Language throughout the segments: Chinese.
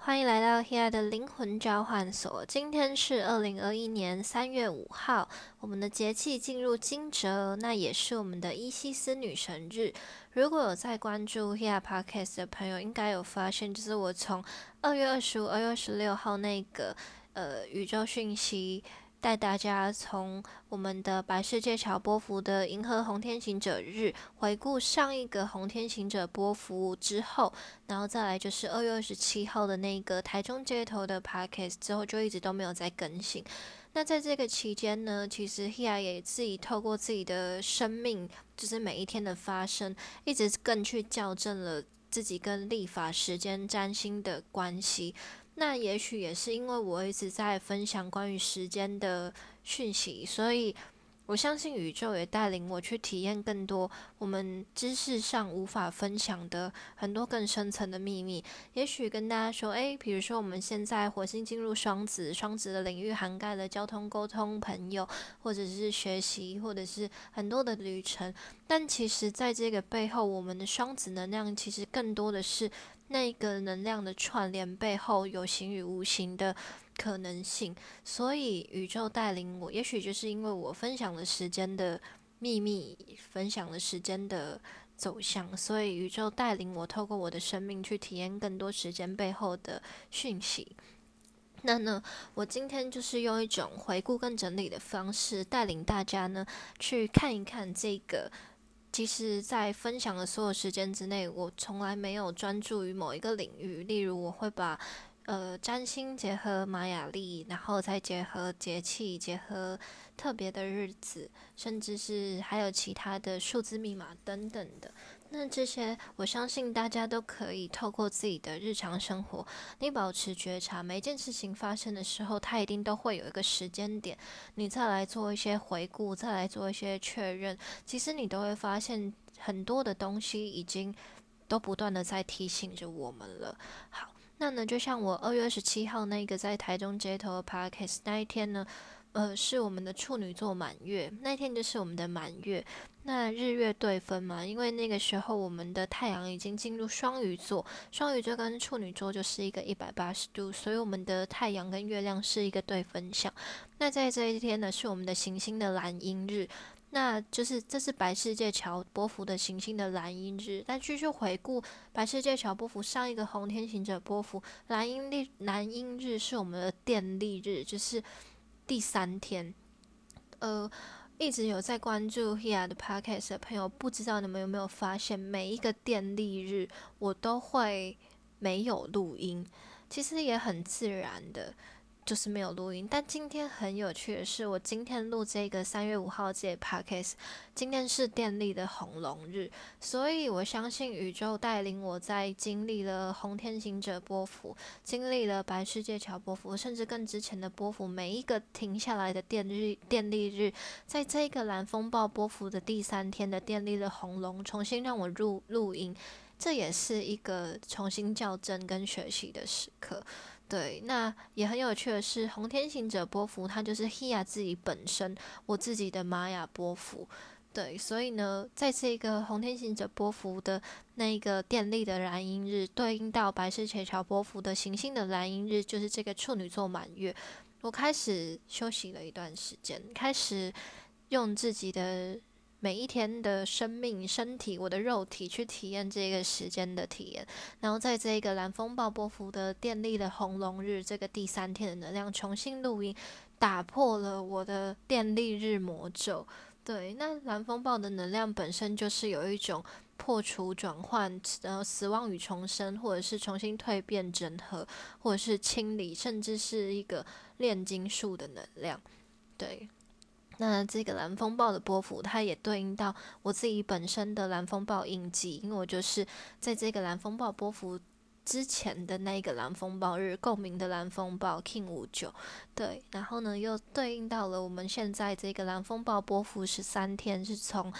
欢迎来到 Hea 的灵魂交换所。今天是2021年3月5号，我们的节气进入惊蛰，那也是我们的伊西斯女神日。如果有在关注 Hea Podcast 的朋友，应该有发现，就是我从2月25、2月26号那个宇宙讯息，带大家从我们的白世界桥波幅的银河红天行者日回顾上一个红天行者波幅之后，然后再来就是2月27号的那个台中街头的 podcast 之后，就一直都没有再更新。那在这个期间呢，其实 Hea 也自己透过自己的生命，就是每一天的发生，一直更去校正了自己跟历法时间占星的关系。那也许也是因为我一直在分享关于时间的讯息，所以我相信宇宙也带领我去体验更多我们知识上无法分享的很多更深层的秘密。也许跟大家说，比如说我们现在火星进入双子，双子的领域涵盖了交通、沟通、朋友，或者是学习，或者是很多的旅程。但其实在这个背后，我们的双子能量其实更多的是那个能量的串联背后有形与无形的可能性。所以宇宙带领我，也许就是因为我分享了时间的秘密，分享了时间的走向，所以宇宙带领我透过我的生命去体验更多时间背后的讯息。那呢，我今天就是用一种回顾跟整理的方式，带领大家呢去看一看这个。其实，在分享的所有时间之内，我从来没有专注于某一个领域。例如，我会把占星结合玛雅历，然后再结合节气，结合特别的日子，甚至是还有其他的数字密码等等的。那这些，我相信大家都可以透过自己的日常生活，你保持觉察，每一件事情发生的时候，它一定都会有一个时间点，你再来做一些回顾，再来做一些确认，其实你都会发现很多的东西已经都不断的在提醒着我们了。好。那呢，就像我2月27号那个在台中街头的 podcast 那一天呢，是我们的处女座满月，那一天就是我们的满月。那日月对分嘛，因为那个时候我们的太阳已经进入双鱼座，双鱼座跟处女座就是一个180度，所以我们的太阳跟月亮是一个对分相。那在这一天呢，是我们的行星的蓝鹰日。那就是这是白世界桥波幅的行星的蓝鹰日，但继续回顾白世界桥波幅上一个红天行者波幅蓝鹰日是我们的电力日，就是第3天。一直有在关注 Hea 的 podcast 的朋友，不知道你们有没有发现，每一个电力日我都会没有录音，其实也很自然的。就是没有录音，但今天很有趣的是，我今天录这个3月5号这 podcast，今天是电力的红龙日，所以我相信宇宙带领我在经历了红天行者波幅，经历了白世界桥波幅，甚至更之前的波幅，每一个停下来的电力日，在这个蓝风暴波幅的第3天的电力的红龙，重新让我录音，这也是一个重新校正跟学习的时刻。对，那也很有趣的是，红天行者波幅它就是 Hea 自己本身，我自己的玛雅波幅。对，所以呢，在这个红天行者波幅的那个电力的蓝鹰日，对应到白世界桥波幅的行星的蓝鹰日，就是这个处女座满月。我开始休息了一段时间，开始用自己的每一天的生命、身体、我的肉体去体验这个时间的体验，然后在这个蓝风暴波幅的电力的红龙日这个第3天的能量重新录音，打破了我的电力日魔咒。对，那蓝风暴的能量本身就是有一种破除、转换，死亡与重生，或者是重新蜕变、整合，或者是清理，甚至是一个炼金术的能量。对，那这个蓝风暴的波幅，它也对应到我自己本身的蓝风暴印记，因为我就是在这个蓝风暴波幅之前的那个蓝风暴日，共鸣的蓝风暴 King 59，对，然后呢又对应到了我们现在这个蓝风暴波幅13天，是从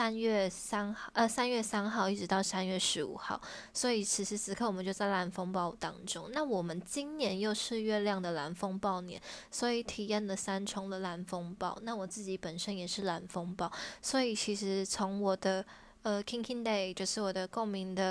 3月3号一直到3月15号，所以此时此刻我们就在蓝风暴当中。那我们今年又是月亮的蓝风暴年，所以体验了3重的蓝风暴。那我自己本身也是蓝风暴，所以其实从我的King Day，就是我的共鸣的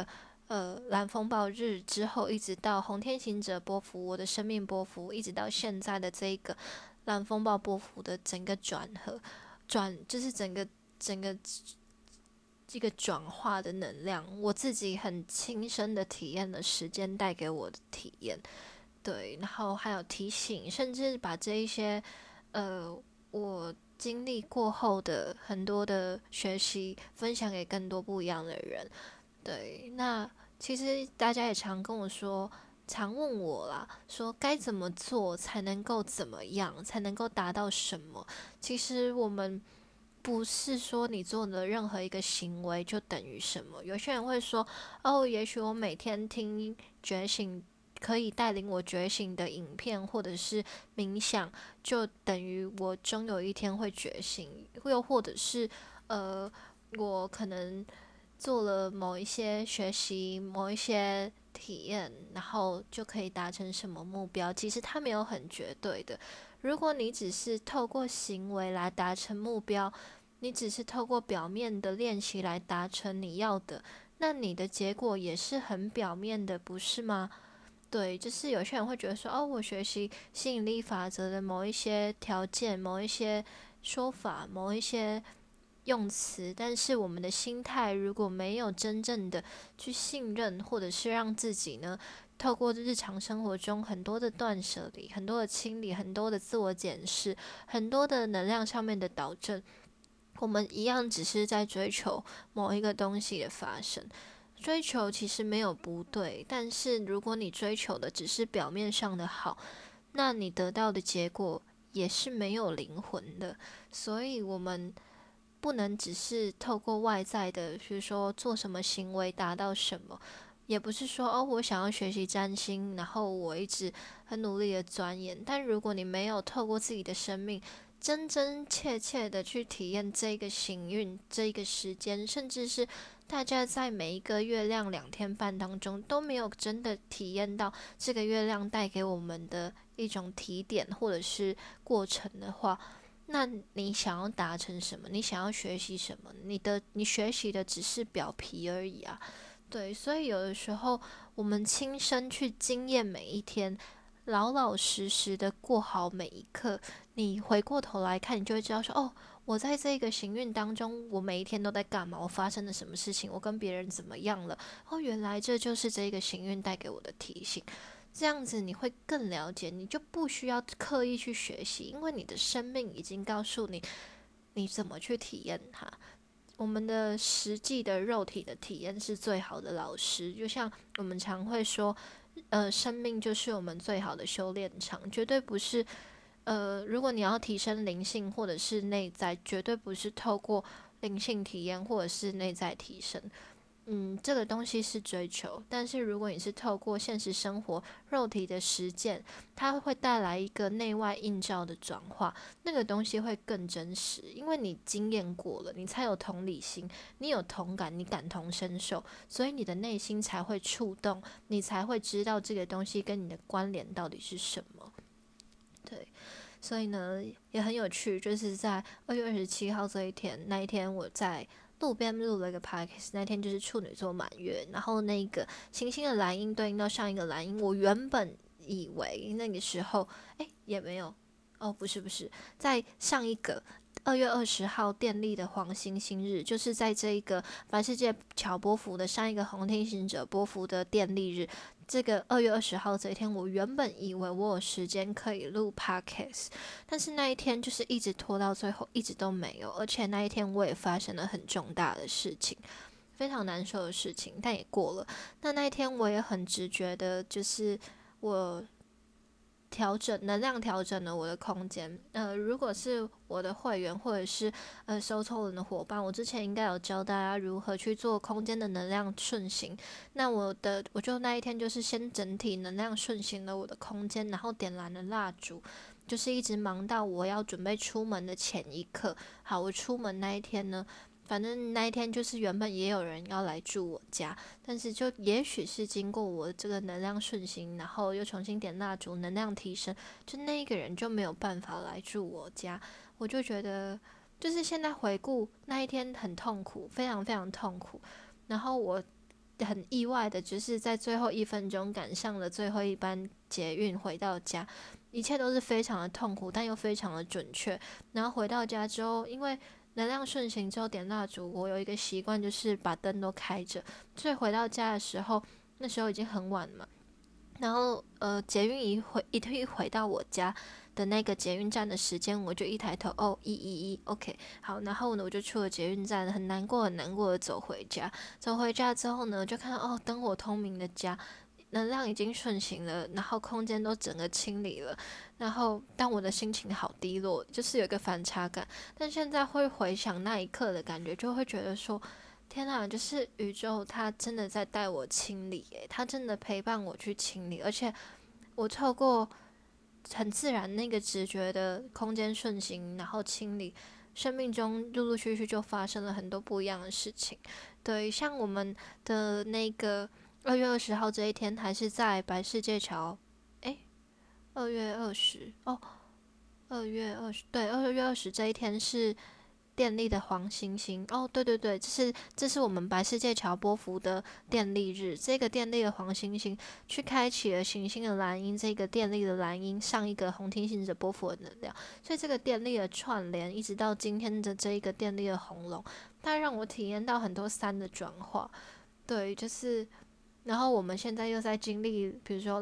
蓝风暴日之后，一直到红天行者波符，我的生命波符，一直到现在的这一个蓝风暴波符的整个就是整个这个转化的能量，我自己很亲身的体验了时间带给我的体验，对，然后还有提醒，甚至把这一些我经历过后的很多的学习分享给更多不一样的人。对，那其实大家也常跟我说，常问我啦，说该怎么做才能够怎么样，才能够达到什么？其实我们不是说你做的任何一个行为就等于什么。有些人会说，哦，也许我每天听觉醒可以带领我觉醒的影片或者是冥想，就等于我终有一天会觉醒，又或者是我可能做了某一些学习、某一些体验，然后就可以达成什么目标。其实它没有很绝对的。如果你只是透过行为来达成目标，你只是透过表面的练习来达成你要的，那你的结果也是很表面的，不是吗？对，就是有些人会觉得说，哦，我学习吸引力法则的某一些条件、某一些说法、某一些用词，但是我们的心态如果没有真正的去信任，或者是让自己呢，透过日常生活中很多的断舍离、很多的清理、很多的自我检视、很多的能量上面的导正，我们一样只是在追求某一个东西的发生。追求其实没有不对，但是如果你追求的只是表面上的好，那你得到的结果也是没有灵魂的。所以我们不能只是透过外在的，比如说做什么行为达到什么，也不是说哦，我想要学习占星，然后我一直很努力的钻研。但如果你没有透过自己的生命，真真切切的去体验这个行运、这个时间，甚至是大家在每一个月亮2天半当中都没有真的体验到这个月亮带给我们的一种提点或者是过程的话，那你想要达成什么？你想要学习什么？你学习的只是表皮而已啊。对，所以有的时候我们亲身去经验每一天，老老实实的过好每一刻，你回过头来看，你就会知道说，哦，我在这个行运当中，我每一天都在干嘛？我发生了什么事情？我跟别人怎么样了？哦，原来这就是这个行运带给我的提醒。这样子你会更了解，你就不需要刻意去学习，因为你的生命已经告诉你你怎么去体验它。我们的实际的肉体的体验是最好的老师，就像我们常会说，生命就是我们最好的修炼场，绝对不是，如果你要提升灵性或者是内在，绝对不是透过灵性体验或者是内在提升。这个东西是追求，但是如果你是透过现实生活肉体的实践，它会带来一个内外映照的转化，那个东西会更真实，因为你经验过了，你才有同理心，你有同感，你感同身受，所以你的内心才会触动，你才会知道这个东西跟你的关联到底是什么。对，所以呢也很有趣，就是在2月27号这一天，那一天我在路边录了一个 podcast， 那天就是处女座满月，然后那个星星的蓝鹰对应到上一个蓝鹰，我原本以为那个时候，也没有，哦，不是，在上一个2月20号电力的黄星星日，就是在这一个白世界乔波幅的上一个红天行者波幅的电力日，这个2月20号这一天，我原本以为我有时间可以录 podcast，但是那一天就是一直拖到最后，一直都没有。而且那一天我也发生了很重大的事情，非常难受的事情，但也过了。那一天我也很直觉的，就是我能量调整了我的空间。如果是我的会员或者是收抽人的伙伴，我之前应该有教大家如何去做空间的能量顺行。那我就那一天就是先整体能量顺行了我的空间，然后点燃了蜡烛，就是一直忙到我要准备出门的前一刻。好，我出门那一天呢，反正那一天就是原本也有人要来住我家，但是就也许是经过我这个能量顺行，然后又重新点蜡烛，能量提升，就那一个人就没有办法来住我家。我就觉得，就是现在回顾那一天很痛苦，非常非常痛苦。然后我很意外的，就是在最后1分钟赶上了最后一班捷运回到家，一切都是非常的痛苦，但又非常的准确。然后回到家之后，因为能量顺行之后点蜡烛，我有一个习惯就是把灯都开着，所以回到家的时候，那时候已经很晚了嘛。然后捷运一回到我家的那个捷运站的时间，我就一抬头，哦，111，OK，好，然后呢我就出了捷运站，很难过的走回家。走回家之后呢，就看到灯火通明的家，能量已经顺行了，然后空间都整个清理了。然后但我的心情好低落，就是有一个反差感。但现在会回想那一刻的感觉，就会觉得说，天啊，就是宇宙它真的在带我清理耶，它真的陪伴我去清理，而且我透过很自然那个直觉的空间顺行，然后清理，生命中陆陆续续就发生了很多不一样的事情。对，像我们的那个2月20号这一天，还是在白世界桥，诶2月20哦，对，2月20这一天是电力的黄星星哦，对对对，这是我们白世界桥波幅的电力日，这个电力的黄星星去开启了行星的蓝鹰，这个电力的蓝鹰上一个红天行者波幅的能量，所以这个电力的串联，一直到今天的这一个电力的红龙，它让我体验到很多3的转化，对，就是，然后我们现在又在经历，比如说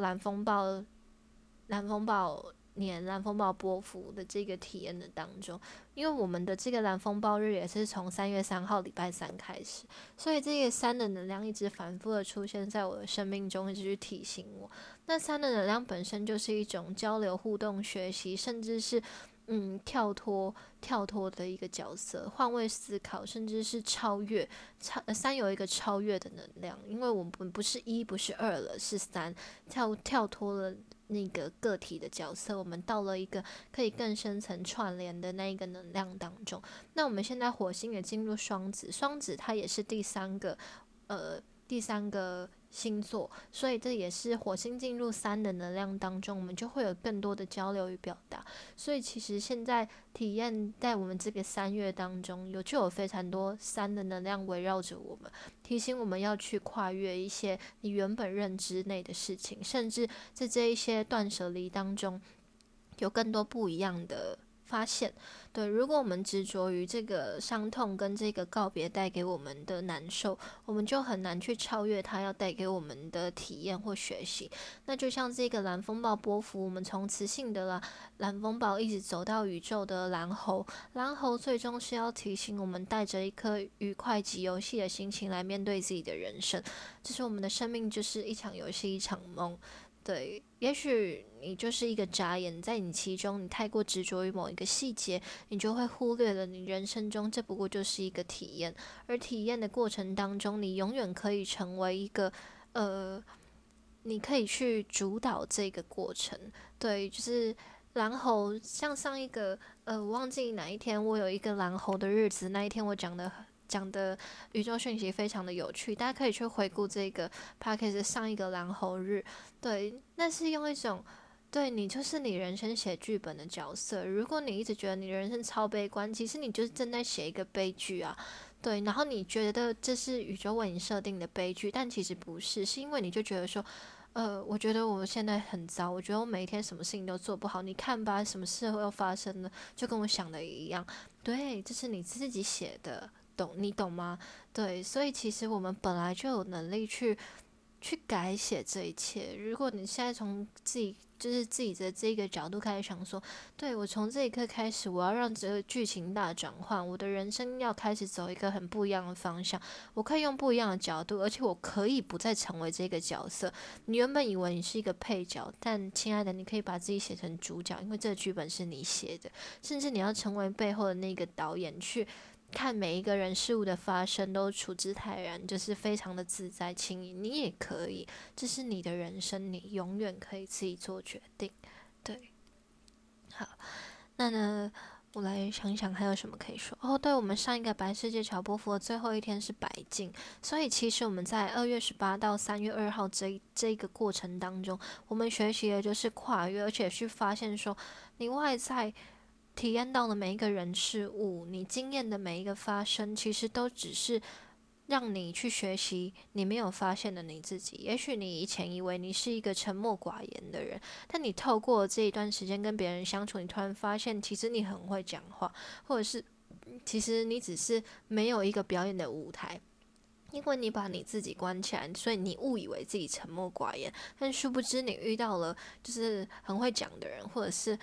蓝风暴波幅的这个体验的当中，因为我们的这个蓝风暴日也是从3月3号礼拜三开始，所以这个3的能量一直反复的出现在我的生命中，一直去提醒我。那3的能量本身就是一种交流、互动、学习，甚至是跳脱的一个角色，换位思考，甚至是超越。3有一个超越的能量，因为我们不是1，不是2了，是3，跳脱了那个个体的角色，我们到了一个可以更深层串联的那一个能量当中。那我们现在火星也进入双子，双子它也是第三个星座，所以这也是火星进入3的能量当中，我们就会有更多的交流与表达。所以其实现在体验在我们这个3月当中，就有非常多3的能量围绕着我们，提醒我们要去跨越一些你原本认知内的事情，甚至在这一些断舍离当中，有更多不一样的发现。对，如果我们执着于这个伤痛跟这个告别带给我们的难受，我们就很难去超越它要带给我们的体验或学习。那就像这个蓝风暴波幅，我们从磁性的蓝风暴一直走到宇宙的蓝猴，蓝猴最终是要提醒我们带着一颗愉快及游戏的心情来面对自己的人生，就是我们的生命就是一场游戏，一场梦。对，也许你就是一个眨眼，在你其中，你太过执着于某一个细节，你就会忽略了你人生中这不过就是一个体验，而体验的过程当中，你永远可以成为一个你可以去主导这个过程。对，就是蓝猴，像上一个我忘记哪一天我有一个蓝猴的日子，那一天我讲的宇宙讯息非常的有趣，大家可以去回顾这个 podcast 上一个蓝猴日。对，那是用一种对你就是你人生写剧本的角色。如果你一直觉得你人生超悲观，其实你就是正在写一个悲剧啊。对，然后你觉得这是宇宙为你设定的悲剧，但其实不是，是因为你就觉得说，我觉得我现在很糟，我觉得我每一天什么事情都做不好。你看吧，什么事会又发生了，就跟我想的一样。对，这是你自己写的，你懂吗？对，所以其实我们本来就有能力去改写这一切。如果你现在从自己的这个角度开始想说，对，我从这一刻开始，我要让这个剧情大转换，我的人生要开始走一个很不一样的方向，我可以用不一样的角度，而且我可以不再成为这个角色。你原本以为你是一个配角，但亲爱的，你可以把自己写成主角，因为这个剧本是你写的，甚至你要成为背后的那个导演，去看每一个人事物的发生都处之泰然，就是非常的自在轻盈。你也可以，这是你的人生，你永远可以自己做决定。对，好，那呢，我来想想还有什么可以说。哦，对，我们上一个白世界乔波夫的最后一天是白镜，所以其实我们在2月18到3月2号这个过程当中，我们学习的就是跨越，而且去发现说，你外在体验到的每一个人事物，你经验的每一个发生，其实都只是让你去学习你没有发现的你自己。也许你以前以为你是一个沉默寡言的人，但你透过这一段时间跟别人相处，你突然发现其实你很会讲话，或者是其实你只是没有一个表演的舞台。因为你把你自己关起来，所以你误以为自己沉默寡言，但殊不知你遇到了就是很会讲的人，或者是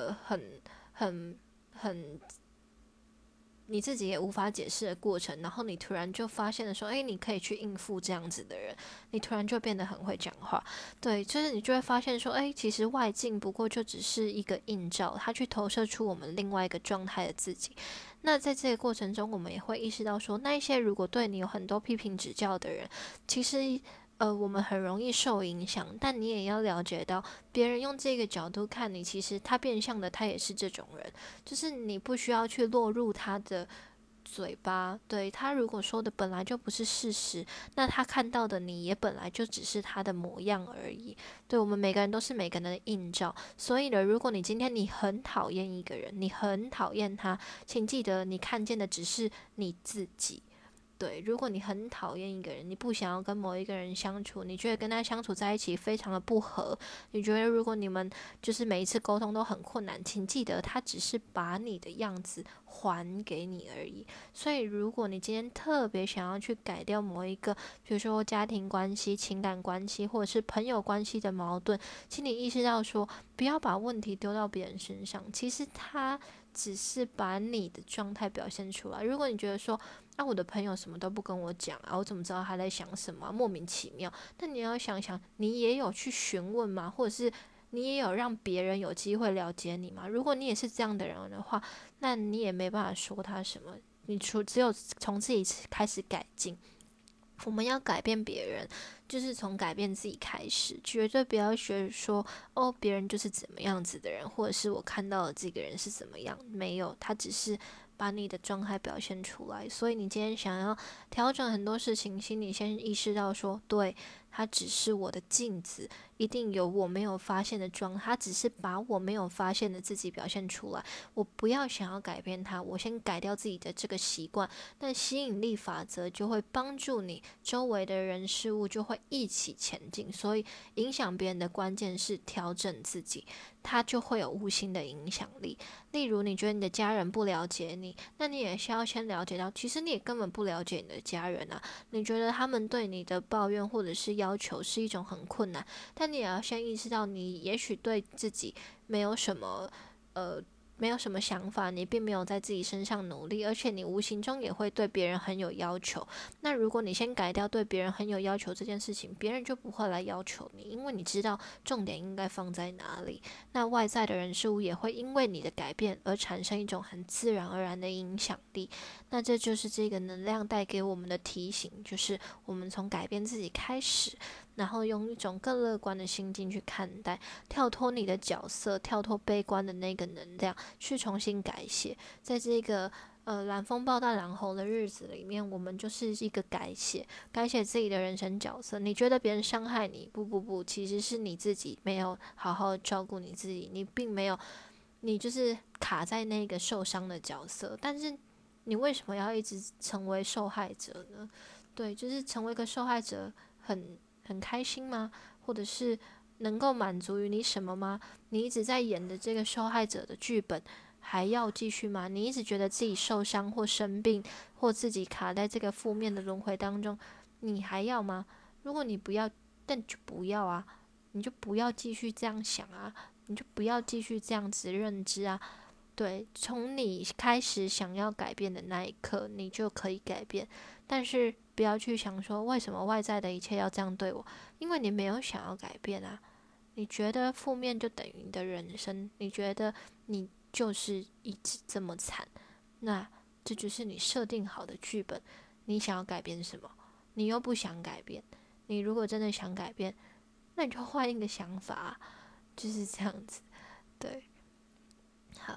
很你自己也无法解释的过程，然后你突然就发现了说，你可以去应付这样子的人，你突然就变得很会讲话。对，就是你就会发现说，其实外境不过就只是一个映照，它去投射出我们另外一个状态的自己。那在这个过程中，我们也会意识到说，那一些如果对你有很多批评指教的人，其实我们很容易受影响，但你也要了解到，别人用这个角度看你，其实他变相的他也是这种人，就是你不需要去落入他的嘴巴，对，他如果说的本来就不是事实，那他看到的你也本来就只是他的模样而已。对，我们每个人都是每个人的映照，所以呢，如果你今天你很讨厌一个人，你很讨厌他，请记得你看见的只是你自己。对，如果你很讨厌一个人，你不想要跟某一个人相处，你觉得跟他相处在一起非常的不合，你觉得如果你们就是每一次沟通都很困难，请记得他只是把你的样子还给你而已。所以如果你今天特别想要去改掉某一个，比如说家庭关系、情感关系或者是朋友关系的矛盾，请你意识到说，不要把问题丢到别人身上，其实他只是把你的状态表现出来。如果你觉得说，我的朋友什么都不跟我讲啊，我怎么知道他在想什么莫名其妙。但你要想想，你也有去询问吗？或者是你也有让别人有机会了解你吗？如果你也是这样的人的话，那你也没办法说他什么。你只有从自己开始改进。我们要改变别人，就是从改变自己开始，绝对不要觉得说，别人就是怎么样子的人，或者是我看到的这个人是怎么样，没有，他只是把你的状态表现出来。所以你今天想要调整很多事情，心里先意识到说，对，他只是我的镜子，一定有我没有发现的妆，他只是把我没有发现的自己表现出来。我不要想要改变他，我先改掉自己的这个习惯，那吸引力法则就会帮助你周围的人事物就会一起前进。所以影响别人的关键是调整自己，它就会有无形的影响力。例如你觉得你的家人不了解你，那你也需要先了解到，其实你也根本不了解你的家人啊。你觉得他们对你的抱怨或者是要求是一种很困难，但你也要先意识到，你也许对自己没有什么没有什么想法，你并没有在自己身上努力，而且你无形中也会对别人很有要求。那如果你先改掉对别人很有要求这件事情，别人就不会来要求你，因为你知道重点应该放在哪里。那外在的人事物也会因为你的改变而产生一种很自然而然的影响力。那这就是这个能量带给我们的提醒，就是我们从改变自己开始，然后用一种更乐观的心境去看待，跳脱你的角色，跳脱悲观的那个能量，去重新改写。在这个蓝风暴大蓝猴的日子里面，我们就是一个改写自己的人生角色。你觉得别人伤害你，不，其实是你自己没有好好照顾你自己，你并没有，你就是卡在那个受伤的角色。但是你为什么要一直成为受害者呢？对，就是成为一个受害者很开心吗？或者是能够满足于你什么吗？你一直在演的这个受害者的剧本还要继续吗？你一直觉得自己受伤或生病，或自己卡在这个负面的轮回当中，你还要吗？如果你不要，但就不要啊，你就不要继续这样想啊，你就不要继续这样子认知啊。对，从你开始想要改变的那一刻，你就可以改变。但是不要去想说，为什么外在的一切要这样对我？因为你没有想要改变啊。你觉得负面就等于你的人生，你觉得你就是一直这么惨，那这就是你设定好的剧本。你想要改变什么？你又不想改变。你如果真的想改变，那你就换一个想法啊，就是这样子。对，好。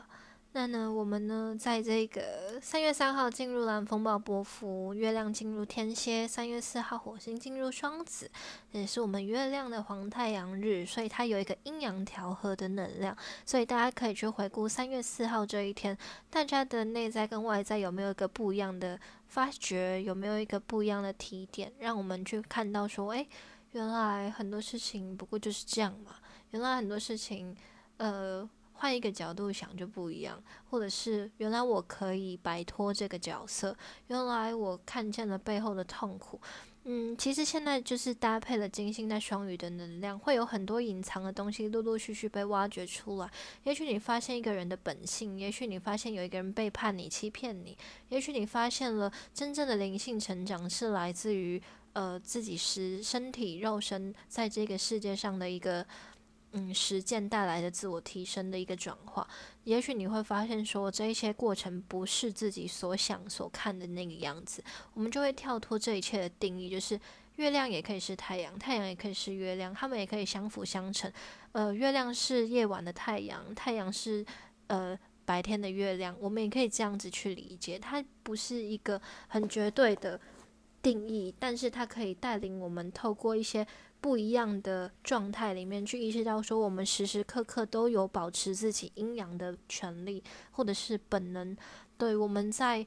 那呢，我们呢，在这个3月3号进入蓝风暴波符，月亮进入天蝎；3月4号火星进入双子，也是我们月亮的黄太阳日，所以它有一个阴阳调和的能量。所以大家可以去回顾3月4号这一天，大家的内在跟外在有没有一个不一样的发掘，有没有一个不一样的提点，让我们去看到说，原来很多事情不过就是这样嘛，原来很多事情，换一个角度想就不一样，或者是原来我可以摆脱这个角色，原来我看见了背后的痛苦。其实现在就是搭配了金星在双鱼的能量，会有很多隐藏的东西陆陆续续被挖掘出来。也许你发现一个人的本性，也许你发现有一个人背叛你、欺骗你，也许你发现了真正的灵性成长是来自于自己身体肉身在这个世界上的一个实践带来的自我提升的一个转化。也许你会发现说这一些过程不是自己所想所看的那个样子，我们就会跳脱这一切的定义，就是月亮也可以是太阳，太阳也可以是月亮，它们也可以相辅相成。月亮是夜晚的太阳，太阳是白天的月亮，我们也可以这样子去理解，它不是一个很绝对的定义，但是它可以带领我们透过一些不一样的状态里面去意识到说，我们时时刻刻都有保持自己阴阳的权利或者是本能。对，我们在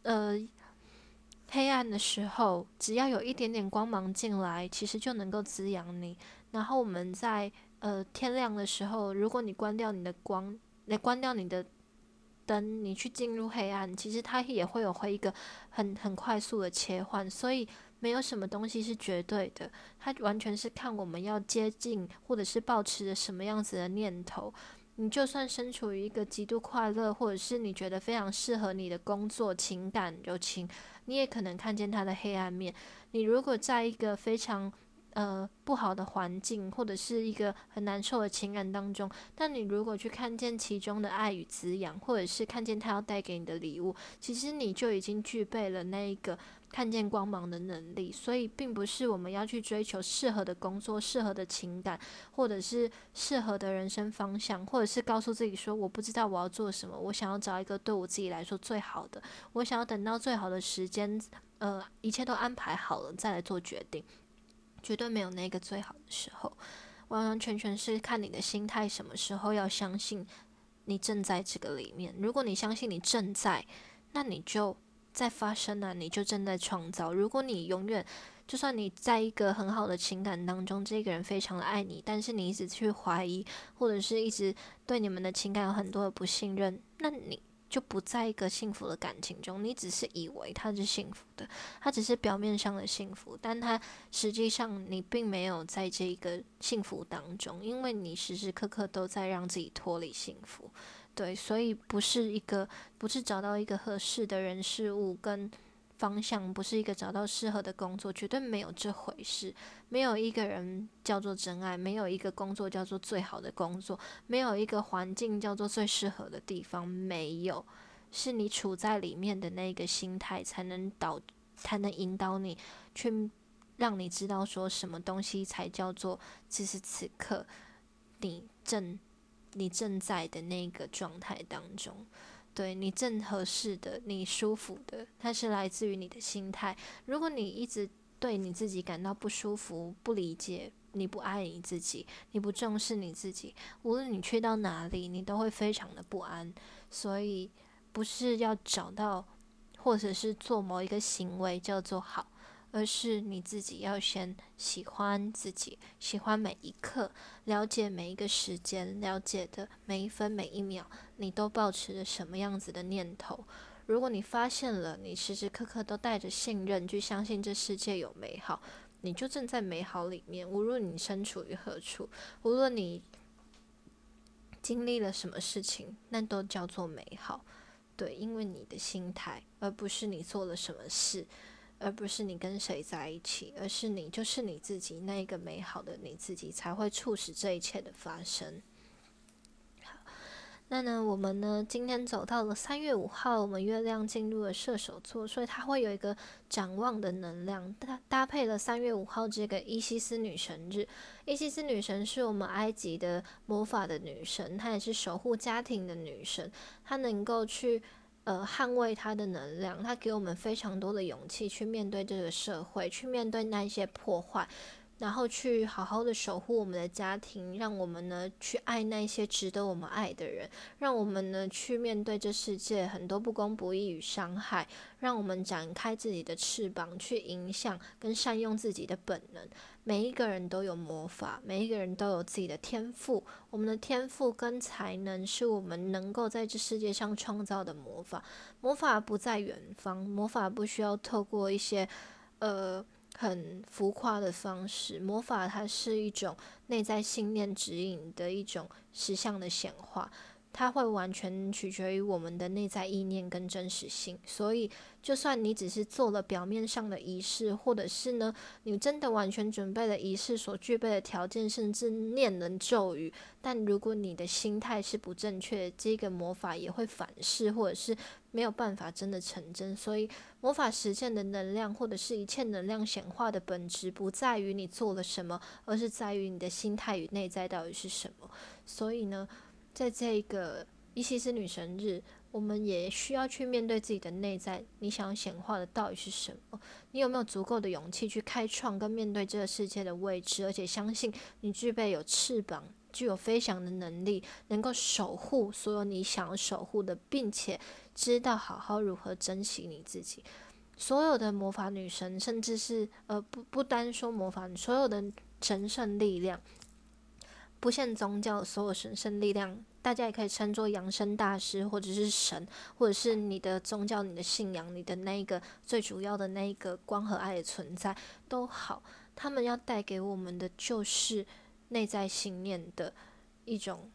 黑暗的时候，只要有一点点光芒进来，其实就能够滋养你。然后我们在天亮的时候，如果你关掉你的光，你关掉你的灯，你去进入黑暗，其实它也会有一个很快速的切换。所以没有什么东西是绝对的，它完全是看我们要接近或者是抱持着什么样子的念头。你就算身处于一个极度快乐，或者是你觉得非常适合你的工作、情感、友情，你也可能看见它的黑暗面。你如果在一个非常不好的环境，或者是一个很难受的情感当中，但你如果去看见其中的爱与滋养，或者是看见它要带给你的礼物，其实你就已经具备了那一个看见光芒的能力。所以并不是我们要去追求适合的工作、适合的情感，或者是适合的人生方向，或者是告诉自己说我不知道我要做什么，我想要找一个对我自己来说最好的，我想要等到最好的时间，一切都安排好了再来做决定。绝对没有那个最好的时候，完完全全是看你的心态什么时候要相信你正在这个里面。如果你相信你正在，那你就在发生啊，你就正在创造。如果你永远就算你在一个很好的情感当中，这个人非常的爱你，但是你一直去怀疑，或者是一直对你们的情感有很多的不信任，那你就不在一个幸福的感情中，你只是以为他是幸福的，他只是表面上的幸福，但他实际上你并没有在这个幸福当中，因为你时时刻刻都在让自己脱离幸福。对，所以不是找到一个合适的人事物跟方向，不是一个找到适合的工作，绝对没有这回事。没有一个人叫做真爱，没有一个工作叫做最好的工作，没有一个环境叫做最适合的地方，没有，是你处在里面的那个心态才能引导你去让你知道说什么东西才叫做此时此刻你正在的那个状态当中。对，你正合适的，你舒服的，它是来自于你的心态。如果你一直对你自己感到不舒服、不理解，你不爱你自己，你不重视你自己，无论你去到哪里，你都会非常的不安。所以不是要找到或者是做某一个行为叫做好，而是你自己要先喜欢自己，喜欢每一刻，了解每一个时间，了解的每一分每一秒，你都抱持着什么样子的念头。如果你发现了，你时时刻刻都带着信任去相信这世界有美好，你就正在美好里面。无论你身处于何处，无论你经历了什么事情，那都叫做美好。对，因为你的心态，而不是你做了什么事，而不是你跟谁在一起，而是你就是你自己，那一个美好的你自己才会促使这一切的发生。 那呢，我们呢今天走到了3月5号，我们月亮进入了射手座，所以它会有一个展望的能量，搭配了3月5号这个伊西斯女神日。伊西斯女神是我们埃及的魔法的女神，她也是守护家庭的女神，她能够去捍卫她的能量，她给我们非常多的勇气去面对这个社会，去面对那一些破坏。然后去好好的守护我们的家庭，让我们呢去爱那些值得我们爱的人，让我们呢去面对这世界很多不公不义与伤害，让我们展开自己的翅膀，去影响跟善用自己的本能。每一个人都有魔法，每一个人都有自己的天赋，我们的天赋跟才能是我们能够在这世界上创造的魔法。魔法不在远方，魔法不需要透过一些很浮夸的方式，魔法它是一种内在信念指引的一种实相的显化，它会完全取决于我们的内在意念跟真实性。所以就算你只是做了表面上的仪式，或者是呢你真的完全准备了仪式所具备的条件，甚至念了咒语，但如果你的心态是不正确，这个魔法也会反噬，或者是没有办法真的成真。所以魔法实践的能量，或者是一切能量显化的本质，不在于你做了什么，而是在于你的心态与内在到底是什么。所以呢，在这个伊西斯女神日，我们也需要去面对自己的内在，你想要显化的到底是什么？你有没有足够的勇气去开创跟面对这个世界的未知，而且相信你具备有翅膀，具有飞翔的能力，能够守护所有你想要守护的，并且知道好好如何珍惜你自己。所有的魔法女神，甚至是不单说魔法，所有的神圣力量，不限宗教，所有神圣力量，大家也可以称作扬声大师，或者是神，或者是你的宗教、你的信仰、你的那一个最主要的那一个光和爱的存在都好，他们要带给我们的就是内在信念的一种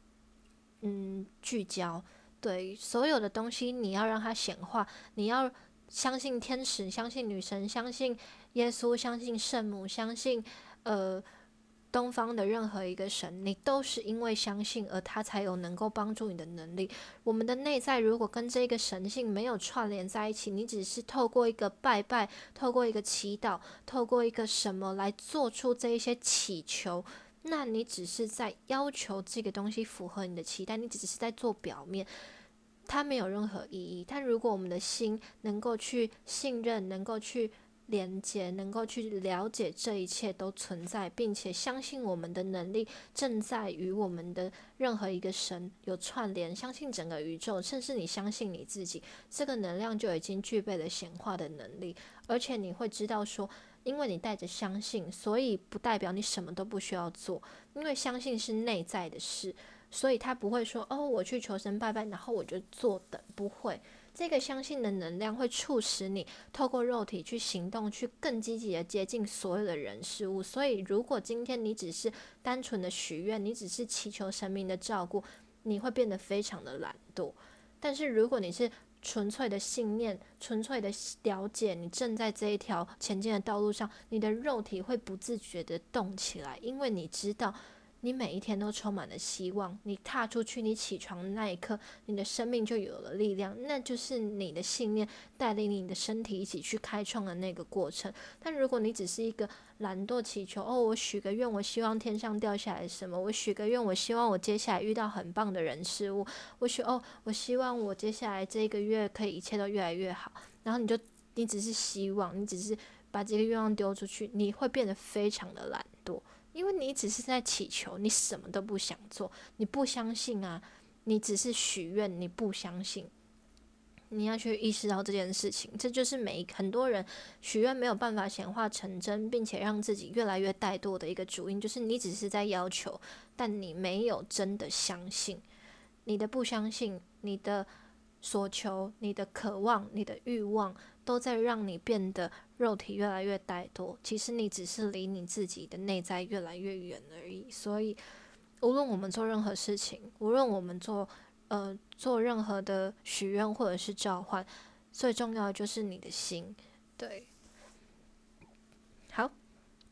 聚焦。对，所有的东西你要让它显化，你要相信天使，相信女神，相信耶稣，相信圣母，相信东方的任何一个神，你都是因为相信，而他才有能够帮助你的能力。我们的内在如果跟这个神性没有串联在一起，你只是透过一个拜拜，透过一个祈祷，透过一个什么来做出这一些祈求，那你只是在要求这个东西符合你的期待，你只是在做表面，它没有任何意义。但如果我们的心能够去信任，能够去连接，能够去了解这一切都存在，并且相信我们的能力正在与我们的任何一个神有串联，相信整个宇宙，甚至你相信你自己，这个能量就已经具备了显化的能力。而且你会知道说，因为你带着相信，所以不代表你什么都不需要做，因为相信是内在的事，所以他不会说我去求神拜拜，然后我就坐等，不会。这个相信的能量会促使你透过肉体去行动，去更积极的接近所有的人事物。所以如果今天你只是单纯的许愿，你只是祈求神明的照顾，你会变得非常的懒惰。但是如果你是纯粹的信念，纯粹的了解你正在这一条前进的道路上，你的肉体会不自觉的动起来，因为你知道你每一天都充满了希望，你踏出去，你起床的那一刻，你的生命就有了力量，那就是你的信念带领你的身体一起去开创的那个过程。但如果你只是一个懒惰祈求，我许个愿，我希望天上掉下来什么，我许个愿，我希望我接下来遇到很棒的人事物，我希望我接下来这个月可以一切都越来越好，然后你只是希望，你只是把这个愿望丢出去，你会变得非常的懒惰。因为你只是在祈求，你什么都不想做，你不相信啊，你只是许愿，你不相信，你要去意识到这件事情。这就是很多人许愿没有办法显化成真，并且让自己越来越怠惰的一个主因，就是你只是在要求，但你没有真的相信。你的不相信，你的所求，你的渴望，你的欲望，都在让你变得肉体越来越怠惰，其实你只是离你自己的内在越来越远而已。所以无论我们做任何事情，无论我们做任何的许愿或者是召唤，最重要的就是你的心。对，好，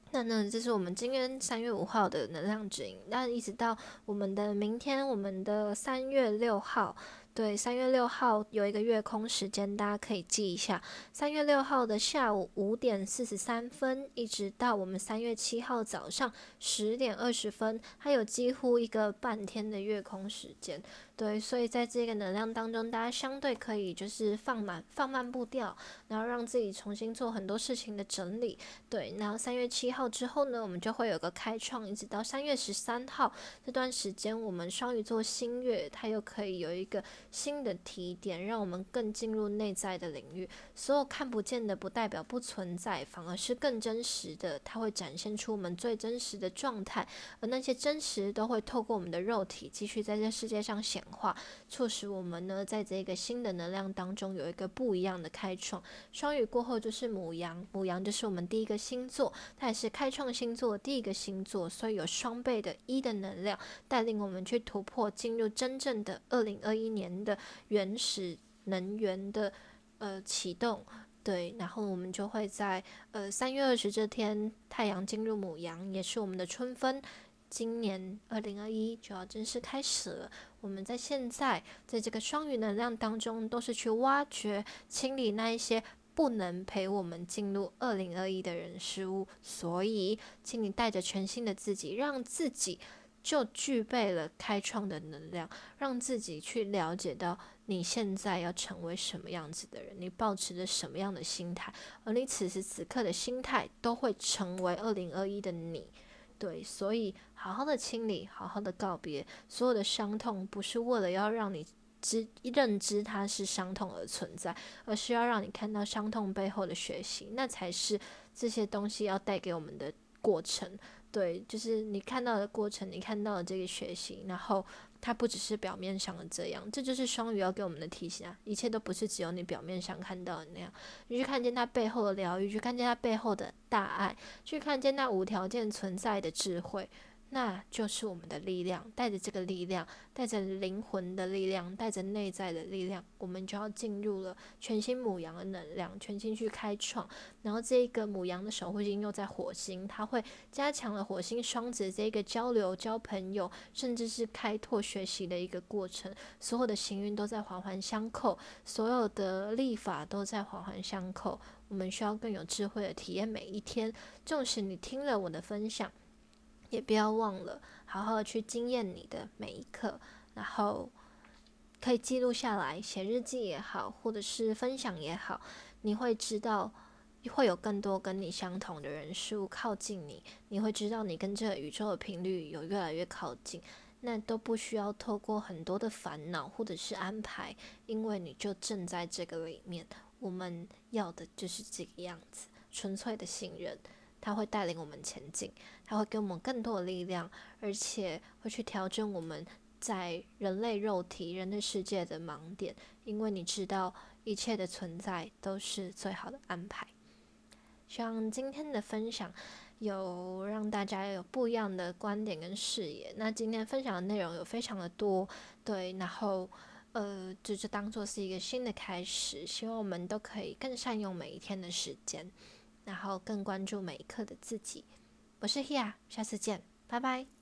那呢，这是我们今天3月5号的能量指引，那一直到我们的明天，我们的3月6号。对，3月6号有一个月空时间，大家可以记一下。3月6号的下午5点43分，一直到我们3月7号早上10点20分，还有几乎一个半天的月空时间。对，所以在这个能量当中，大家相对可以就是放慢步调，然后让自己重新做很多事情的整理。对，然后3月7号之后呢，我们就会有个开创，一直到3月13号这段时间，我们双鱼座新月，它又可以有一个新的提点，让我们更进入内在的领域。所有看不见的不代表不存在，反而是更真实的，它会展现出我们最真实的状态，而那些真实都会透过我们的肉体继续在这世界上显化，促使我们呢在这个新的能量当中有一个不一样的开创。双鱼过后就是牡羊，牡羊就是我们第一个星座，它也是开创星座的第一个星座，所以有双倍的1的能量，带领我们去突破，进入真正的2021年的原始能源的启动。对，然后我们就会在3月20这天，太阳进入牡羊，也是我们的春分。今年2021就要正式开始了。我们现在在这个双鱼能量当中，都是去挖掘、清理那一些不能陪我们进入2021的人事物。所以，请你带着全新的自己，让自己就具备了开创的能量，让自己去了解到你现在要成为什么样子的人，你抱持着什么样的心态，而你此时此刻的心态都会成为2021的你。对，所以好好的清理，好好的告别所有的伤痛，不是为了要让你认知它是伤痛而存在，而是要让你看到伤痛背后的学习，那才是这些东西要带给我们的过程。对，就是你看到的过程，你看到的这个学习，然后它不只是表面上的这样，这就是双鱼要给我们的提醒啊！一切都不是只有你表面上看到的那样，你去看见它背后的疗愈，去看见它背后的大爱，去看见那无条件存在的智慧，那就是我们的力量。带着这个力量，带着灵魂的力量，带着内在的力量，我们就要进入了全新牡羊的能量，全新去开创。然后这个牡羊的守护星又在火星，它会加强了火星双子这个交流、交朋友，甚至是开拓学习的一个过程。所有的行运都在环环相扣，所有的历法都在环环相扣。我们需要更有智慧的体验每一天。纵使你听了我的分享，也不要忘了好好的去经验你的每一刻，然后可以记录下来，写日记也好，或者是分享也好，你会知道会有更多跟你相同的人事物靠近你，你会知道你跟这个宇宙的频率有越来越靠近，那都不需要透过很多的烦恼或者是安排，因为你就正在这个里面。我们要的就是这个样子，纯粹的信任，它会带领我们前进，它会给我们更多的力量，而且会去调整我们在人类肉体、人类世界的盲点，因为你知道一切的存在都是最好的安排。希望今天的分享有让大家有不一样的观点跟视野。那今天分享的内容有非常的多，对，然后就当做是一个新的开始，希望我们都可以更善用每一天的时间，然后更关注每一刻的自己。我是 Hia，下次见，拜拜。